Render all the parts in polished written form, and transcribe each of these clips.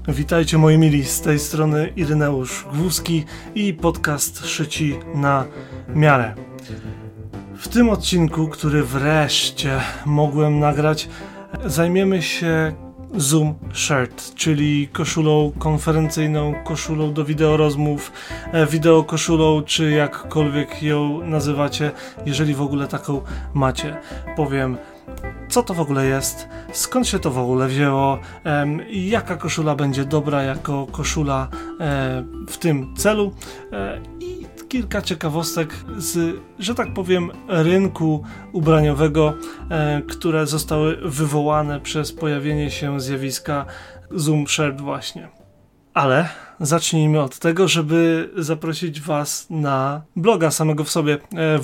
Witajcie moi mili, z tej strony Ireneusz Główski i podcast Szyci na miarę. W tym odcinku, który wreszcie mogłem nagrać, zajmiemy się Zoom Shirt, czyli koszulą konferencyjną, koszulą do wideorozmów, wideokoszulą, czy jakkolwiek ją nazywacie, jeżeli w ogóle taką macie. Powiem, co to w ogóle jest, skąd się to w ogóle wzięło, jaka koszula będzie dobra jako koszula w tym celu i kilka ciekawostek z, że tak powiem, rynku ubraniowego, które zostały wywołane przez pojawienie się zjawiska Zoom Shirt właśnie. Ale zacznijmy od tego, żeby zaprosić Was na bloga samego w sobie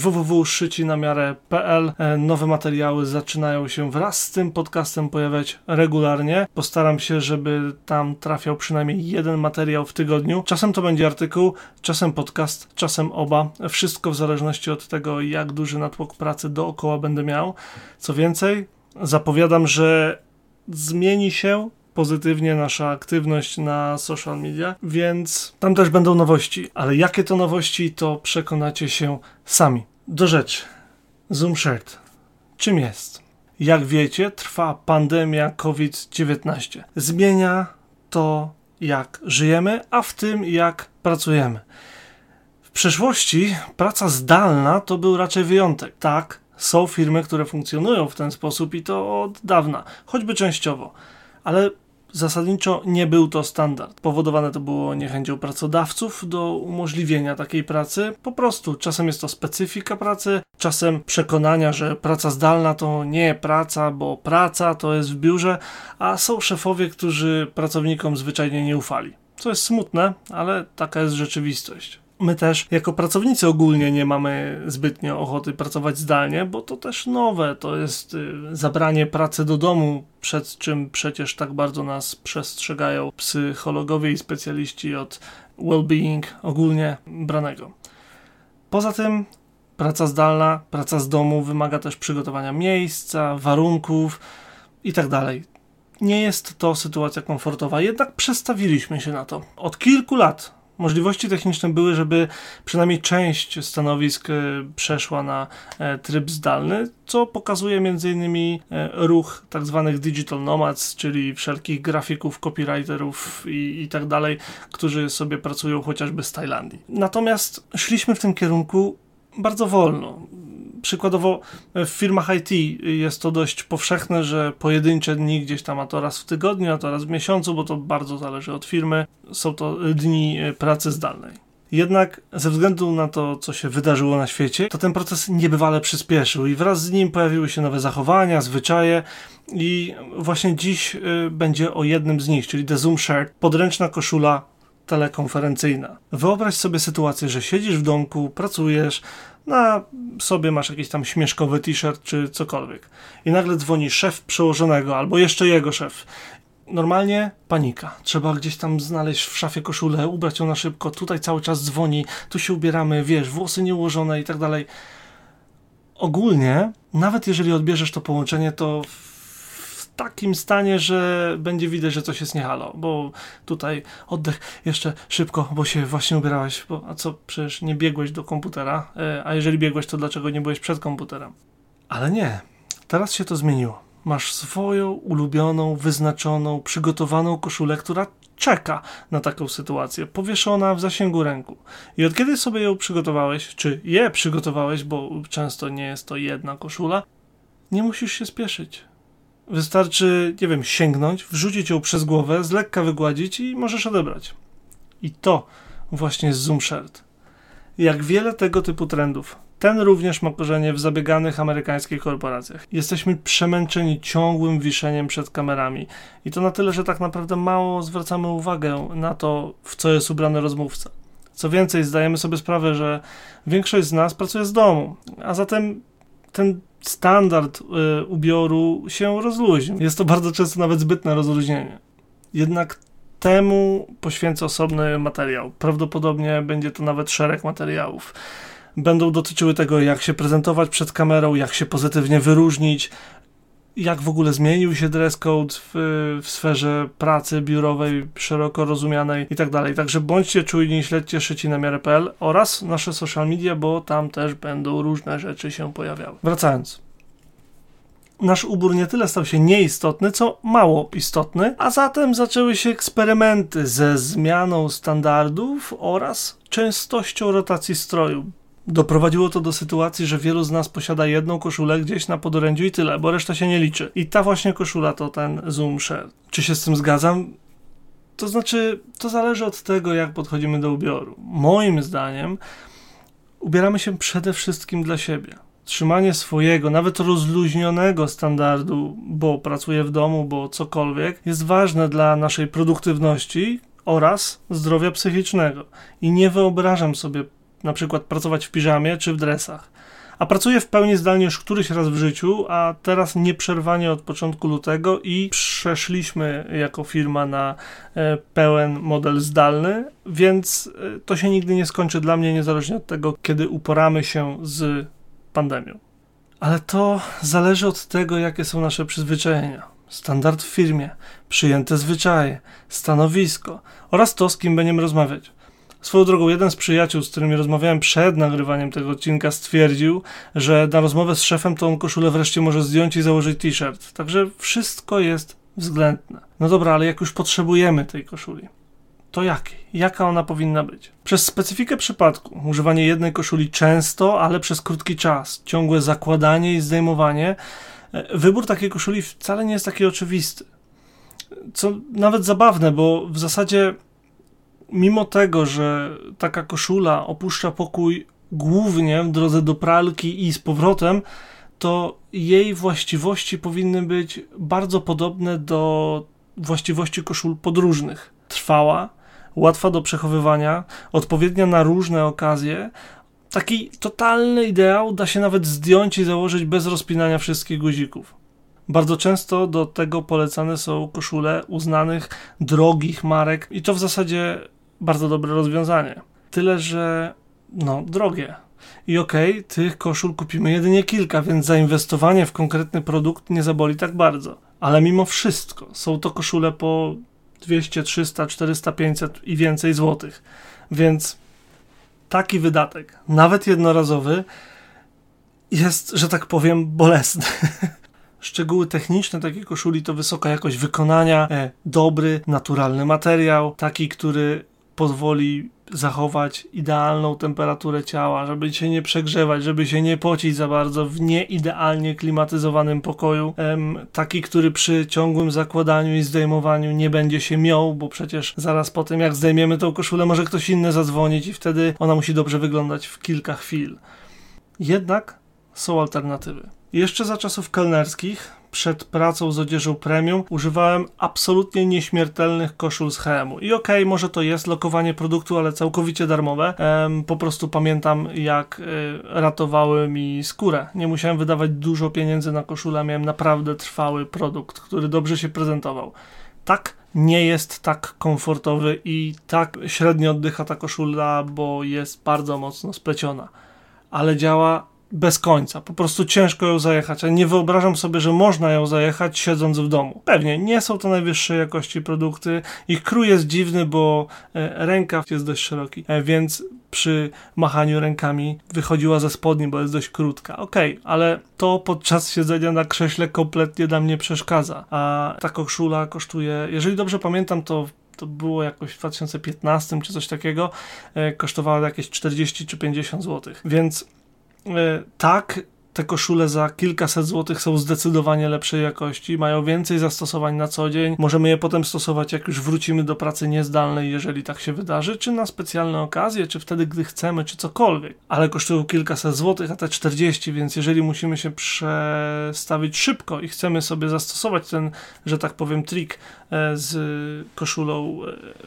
www.szycinamiarę.pl. Nowe materiały zaczynają się wraz z tym podcastem pojawiać regularnie. Postaram się, żeby tam trafiał przynajmniej jeden materiał w tygodniu. Czasem to będzie artykuł, czasem podcast, czasem oba. Wszystko w zależności od tego, jak duży natłok pracy dookoła będę miał. Co więcej, zapowiadam, że zmieni się pozytywnie nasza aktywność na social media, więc tam też będą nowości, ale jakie to nowości, to przekonacie się sami. Do rzeczy. Zoom Shirt. Czym jest? Jak wiecie, trwa pandemia COVID-19. Zmienia to, jak żyjemy, a w tym, jak pracujemy. W przeszłości praca zdalna to był raczej wyjątek. Tak, są firmy, które funkcjonują w ten sposób i to od dawna, choćby częściowo. Ale zasadniczo nie był to standard. Powodowane to było niechęcią pracodawców do umożliwienia takiej pracy. Po prostu czasem jest to specyfika pracy, czasem przekonania, że praca zdalna to nie praca, bo praca to jest w biurze, a są szefowie, którzy pracownikom zwyczajnie nie ufali. Co jest smutne, ale taka jest rzeczywistość. My też jako pracownicy ogólnie nie mamy zbytnio ochoty pracować zdalnie, bo to też nowe, to jest zabranie pracy do domu, przed czym przecież tak bardzo nas przestrzegają psychologowie i specjaliści od well-being ogólnie branego. Poza tym praca zdalna, praca z domu wymaga też przygotowania miejsca, warunków itd. Nie jest to sytuacja komfortowa, jednak przestawiliśmy się na to. Od kilku lat możliwości techniczne były, żeby przynajmniej część stanowisk przeszła na tryb zdalny, co pokazuje m.in. ruch tzw. digital nomads, czyli wszelkich grafików, copywriterów i tak dalej, którzy sobie pracują chociażby z Tajlandii. Natomiast szliśmy w tym kierunku bardzo wolno. Przykładowo w firmach IT jest to dość powszechne, że pojedyncze dni gdzieś tam, a to raz w tygodniu, a to raz w miesiącu, bo to bardzo zależy od firmy, są to dni pracy zdalnej. Jednak ze względu na to, co się wydarzyło na świecie, to ten proces niebywale przyspieszył i wraz z nim pojawiły się nowe zachowania, zwyczaje i właśnie dziś będzie o jednym z nich, czyli The Zoom Shirt, podręczna koszula telekonferencyjna. Wyobraź sobie sytuację, że siedzisz w domku, pracujesz, na sobie masz jakiś tam śmieszkowy t-shirt czy cokolwiek i nagle dzwoni szef przełożonego albo jeszcze jego szef. Normalnie panika. Trzeba gdzieś tam znaleźć w szafie koszulę, ubrać ją na szybko, tutaj cały czas dzwoni, tu się ubieramy, wiesz, włosy nieułożone i tak dalej. Ogólnie, nawet jeżeli odbierzesz to połączenie, to w takim stanie, że będzie widać, że coś jest nie halo, bo tutaj oddech jeszcze szybko, bo się właśnie ubierałeś, a co, przecież nie biegłeś do komputera, a jeżeli biegłeś, to dlaczego nie byłeś przed komputerem? Ale nie, teraz się to zmieniło. Masz swoją ulubioną, wyznaczoną, przygotowaną koszulę, która czeka na taką sytuację, powieszona w zasięgu ręku. I od kiedy sobie ją przygotowałeś, czy je przygotowałeś, bo często nie jest to jedna koszula, nie musisz się spieszyć. Wystarczy, nie wiem, sięgnąć, wrzucić ją przez głowę, z lekka wygładzić i możesz odebrać. I to właśnie jest Zoom Shirt. Jak wiele tego typu trendów, ten również ma korzenie w zabieganych amerykańskich korporacjach. Jesteśmy przemęczeni ciągłym wiszeniem przed kamerami. I to na tyle, że tak naprawdę mało zwracamy uwagę na to, w co jest ubrany rozmówca. Co więcej, zdajemy sobie sprawę, że większość z nas pracuje z domu, a zatem ten standard ubioru się rozluźnił. Jest to bardzo często nawet zbytne rozluźnienie. Jednak temu poświęcę osobny materiał. Prawdopodobnie będzie to nawet szereg materiałów. Będą dotyczyły tego, jak się prezentować przed kamerą, jak się pozytywnie wyróżnić, jak w ogóle zmienił się dress code w sferze pracy biurowej, szeroko rozumianej i tak dalej. Także bądźcie czujni, śledźcie szycinamiarę.pl oraz nasze social media, bo tam też będą różne rzeczy się pojawiały. Wracając. Nasz ubór nie tyle stał się nieistotny, co mało istotny, a zatem zaczęły się eksperymenty ze zmianą standardów oraz częstością rotacji stroju. Doprowadziło to do sytuacji, że wielu z nas posiada jedną koszulę gdzieś na podorędziu i tyle, bo reszta się nie liczy. I ta właśnie koszula to ten Zoom Share. Czy się z tym zgadzam? To znaczy, to zależy od tego, jak podchodzimy do ubioru. Moim zdaniem ubieramy się przede wszystkim dla siebie. Trzymanie swojego, nawet rozluźnionego standardu, bo pracuję w domu, bo cokolwiek, jest ważne dla naszej produktywności oraz zdrowia psychicznego. I nie wyobrażam sobie na przykład pracować w piżamie czy w dresach. A pracuję w pełni zdalnie już któryś raz w życiu, a teraz nieprzerwanie od początku lutego i przeszliśmy jako firma na pełen model zdalny, więc to się nigdy nie skończy dla mnie, niezależnie od tego, kiedy uporamy się z pandemią. Ale to zależy od tego, jakie są nasze przyzwyczajenia. Standard w firmie, przyjęte zwyczaje, stanowisko oraz to, z kim będziemy rozmawiać. Swoją drogą, jeden z przyjaciół, z którymi rozmawiałem przed nagrywaniem tego odcinka, stwierdził, że na rozmowę z szefem tą koszulę wreszcie może zdjąć i założyć t-shirt. Także wszystko jest względne. No dobra, ale jak już potrzebujemy tej koszuli, to jakiej? Jaka ona powinna być? Przez specyfikę przypadku, używanie jednej koszuli często, ale przez krótki czas, ciągłe zakładanie i zdejmowanie, wybór takiej koszuli wcale nie jest taki oczywisty. Co nawet zabawne, bo w zasadzie mimo tego, że taka koszula opuszcza pokój głównie w drodze do pralki i z powrotem, to jej właściwości powinny być bardzo podobne do właściwości koszul podróżnych. Trwała, łatwa do przechowywania, odpowiednia na różne okazje. Taki totalny ideał da się nawet zdjąć i założyć bez rozpinania wszystkich guzików. Bardzo często do tego polecane są koszule uznanych, drogich marek i to w zasadzie bardzo dobre rozwiązanie. Tyle, że drogie. I okej, tych koszul kupimy jedynie kilka, więc zainwestowanie w konkretny produkt nie zaboli tak bardzo. Ale mimo wszystko są to koszule po 200, 300, 400, 500 i więcej złotych. Więc taki wydatek, nawet jednorazowy, jest, że tak powiem, bolesny. Szczegóły techniczne takiej koszuli to wysoka jakość wykonania, dobry, naturalny materiał, taki, który pozwoli zachować idealną temperaturę ciała, żeby się nie przegrzewać, żeby się nie pocić za bardzo w nieidealnie klimatyzowanym pokoju. Taki, który przy ciągłym zakładaniu i zdejmowaniu nie będzie się miął, bo przecież zaraz po tym, jak zdejmiemy tą koszulę, może ktoś inny zadzwonić i wtedy ona musi dobrze wyglądać w kilka chwil. Jednak są alternatywy. Jeszcze za czasów kelnerskich, przed pracą z odzieżą premium, używałem absolutnie nieśmiertelnych koszul z H&M-u. I okej, może to jest lokowanie produktu, ale całkowicie darmowe. Po prostu pamiętam, jak ratowały mi skórę. Nie musiałem wydawać dużo pieniędzy na koszulę, miałem naprawdę trwały produkt, który dobrze się prezentował. Tak, nie jest tak komfortowy i tak średnio oddycha ta koszula, bo jest bardzo mocno spleciona. Ale działa bez końca. Po prostu ciężko ją zajechać, a nie wyobrażam sobie, że można ją zajechać siedząc w domu. Pewnie nie są to najwyższej jakości produkty. Ich krój jest dziwny, bo rękaw jest dość szeroki, więc przy machaniu rękami wychodziła ze spodni, bo jest dość krótka. Okej, ale to podczas siedzenia na krześle kompletnie nam nie przeszkadza. A ta koszula kosztuje, jeżeli dobrze pamiętam, to było jakoś w 2015 czy coś takiego, kosztowała jakieś 40 czy 50 zł. Więc tak, te koszule za kilkaset złotych są zdecydowanie lepszej jakości, mają więcej zastosowań na co dzień, możemy je potem stosować, jak już wrócimy do pracy niezdalnej, jeżeli tak się wydarzy, czy na specjalne okazje, czy wtedy, gdy chcemy, czy cokolwiek. Ale kosztują kilkaset złotych, a te 40, więc jeżeli musimy się przestawić szybko i chcemy sobie zastosować ten, że tak powiem, trik z koszulą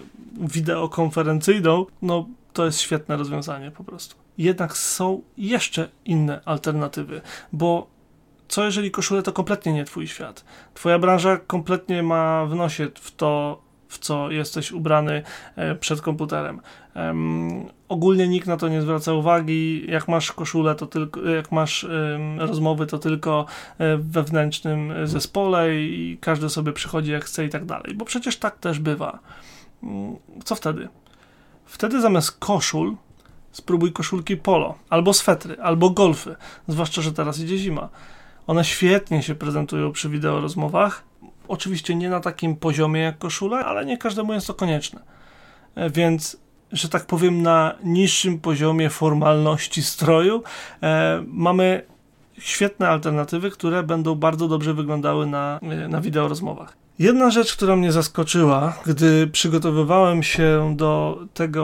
wideokonferencyjną, to jest świetne rozwiązanie po prostu. Jednak są jeszcze inne alternatywy, bo co jeżeli koszule to kompletnie nie twój świat? Twoja branża kompletnie ma w nosie w w co jesteś ubrany przed komputerem. Ogólnie nikt na to nie zwraca uwagi. Jak masz koszulę, to tylko, jak masz rozmowy, to tylko w wewnętrznym zespole i każdy sobie przychodzi jak chce i tak dalej. Bo przecież tak też bywa. Co wtedy? Wtedy zamiast koszul spróbuj koszulki polo, albo swetry, albo golfy. Zwłaszcza, że teraz idzie zima. One świetnie się prezentują przy wideorozmowach. Oczywiście nie na takim poziomie jak koszule, ale nie każdemu jest to konieczne. Więc, że tak powiem, na niższym poziomie formalności stroju mamy świetne alternatywy, które będą bardzo dobrze wyglądały na wideorozmowach. Jedna rzecz, która mnie zaskoczyła, gdy przygotowywałem się do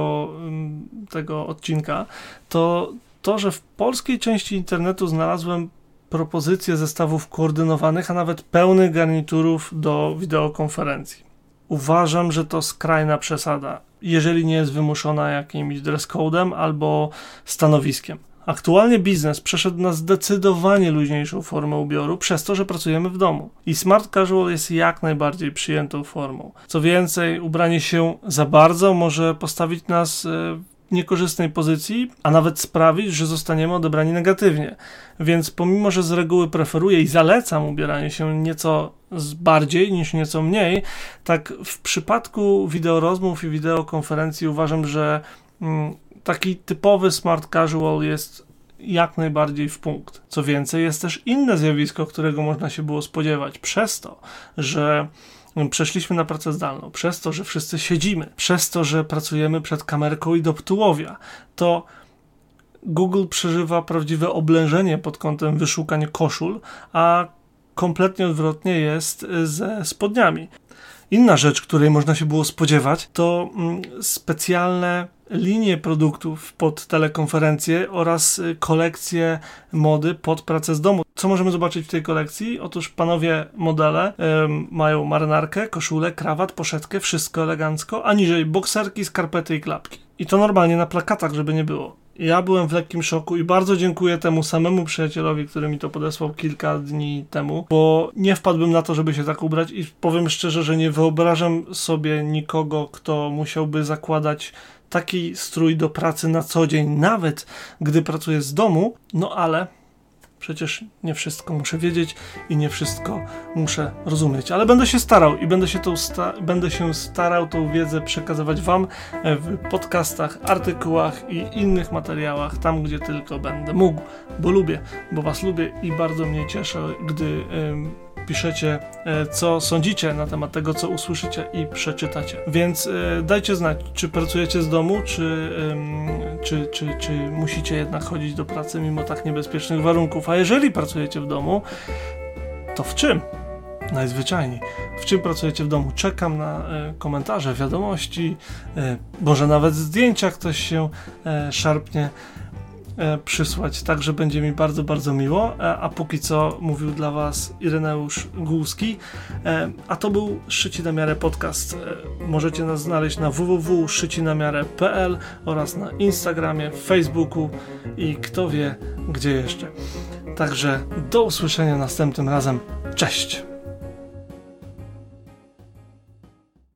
tego odcinka, to to, że w polskiej części internetu znalazłem propozycje zestawów koordynowanych, a nawet pełnych garniturów do wideokonferencji. Uważam, że to skrajna przesada, jeżeli nie jest wymuszona jakimś dress code'em albo stanowiskiem. Aktualnie biznes przeszedł na zdecydowanie luźniejszą formę ubioru przez to, że pracujemy w domu. I smart casual jest jak najbardziej przyjętą formą. Co więcej, ubranie się za bardzo może postawić nas w niekorzystnej pozycji, a nawet sprawić, że zostaniemy odebrani negatywnie. Więc pomimo, że z reguły preferuję i zalecam ubieranie się nieco bardziej niż nieco mniej, tak w przypadku wideorozmów i wideokonferencji uważam, że taki typowy smart casual jest jak najbardziej w punkt. Co więcej, jest też inne zjawisko, którego można się było spodziewać. Przez to, że przeszliśmy na pracę zdalną, przez to, że wszyscy siedzimy, przez to, że pracujemy przed kamerką i do tułowia, to Google przeżywa prawdziwe oblężenie pod kątem wyszukań koszul, a kompletnie odwrotnie jest ze spodniami. Inna rzecz, której można się było spodziewać, to specjalne linie produktów pod telekonferencje oraz kolekcje mody pod pracę z domu. Co możemy zobaczyć w tej kolekcji? Otóż panowie modele mają marynarkę, koszulę, krawat, poszetkę, wszystko elegancko, a niżej bokserki, skarpety i klapki. I to normalnie na plakatach, żeby nie było. Ja byłem w lekkim szoku i bardzo dziękuję temu samemu przyjacielowi, który mi to podesłał kilka dni temu, bo nie wpadłbym na to, żeby się tak ubrać i powiem szczerze, że nie wyobrażam sobie nikogo, kto musiałby zakładać taki strój do pracy na co dzień, nawet gdy pracuję z domu, no ale przecież nie wszystko muszę wiedzieć i nie wszystko muszę rozumieć, ale będę się starał i będę się starał tą wiedzę przekazywać wam w podcastach, artykułach i innych materiałach, tam gdzie tylko będę mógł, bo lubię, bo was lubię i bardzo mnie cieszę, gdy piszecie, co sądzicie na temat tego, co usłyszycie i przeczytacie. Więc dajcie znać, czy pracujecie z domu, czy musicie jednak chodzić do pracy mimo tak niebezpiecznych warunków. A jeżeli pracujecie w domu, to w czym? Najzwyczajniej. W czym pracujecie w domu? Czekam na komentarze, wiadomości, może nawet zdjęcia ktoś się szarpnie przysłać, także będzie mi bardzo, bardzo miło, a póki co mówił dla was Ireneusz Głuski, a to był Szyci na miarę podcast. Możecie nas znaleźć na www.szycinamiarę.pl oraz na Instagramie, Facebooku i kto wie gdzie jeszcze. Także do usłyszenia następnym razem. Cześć!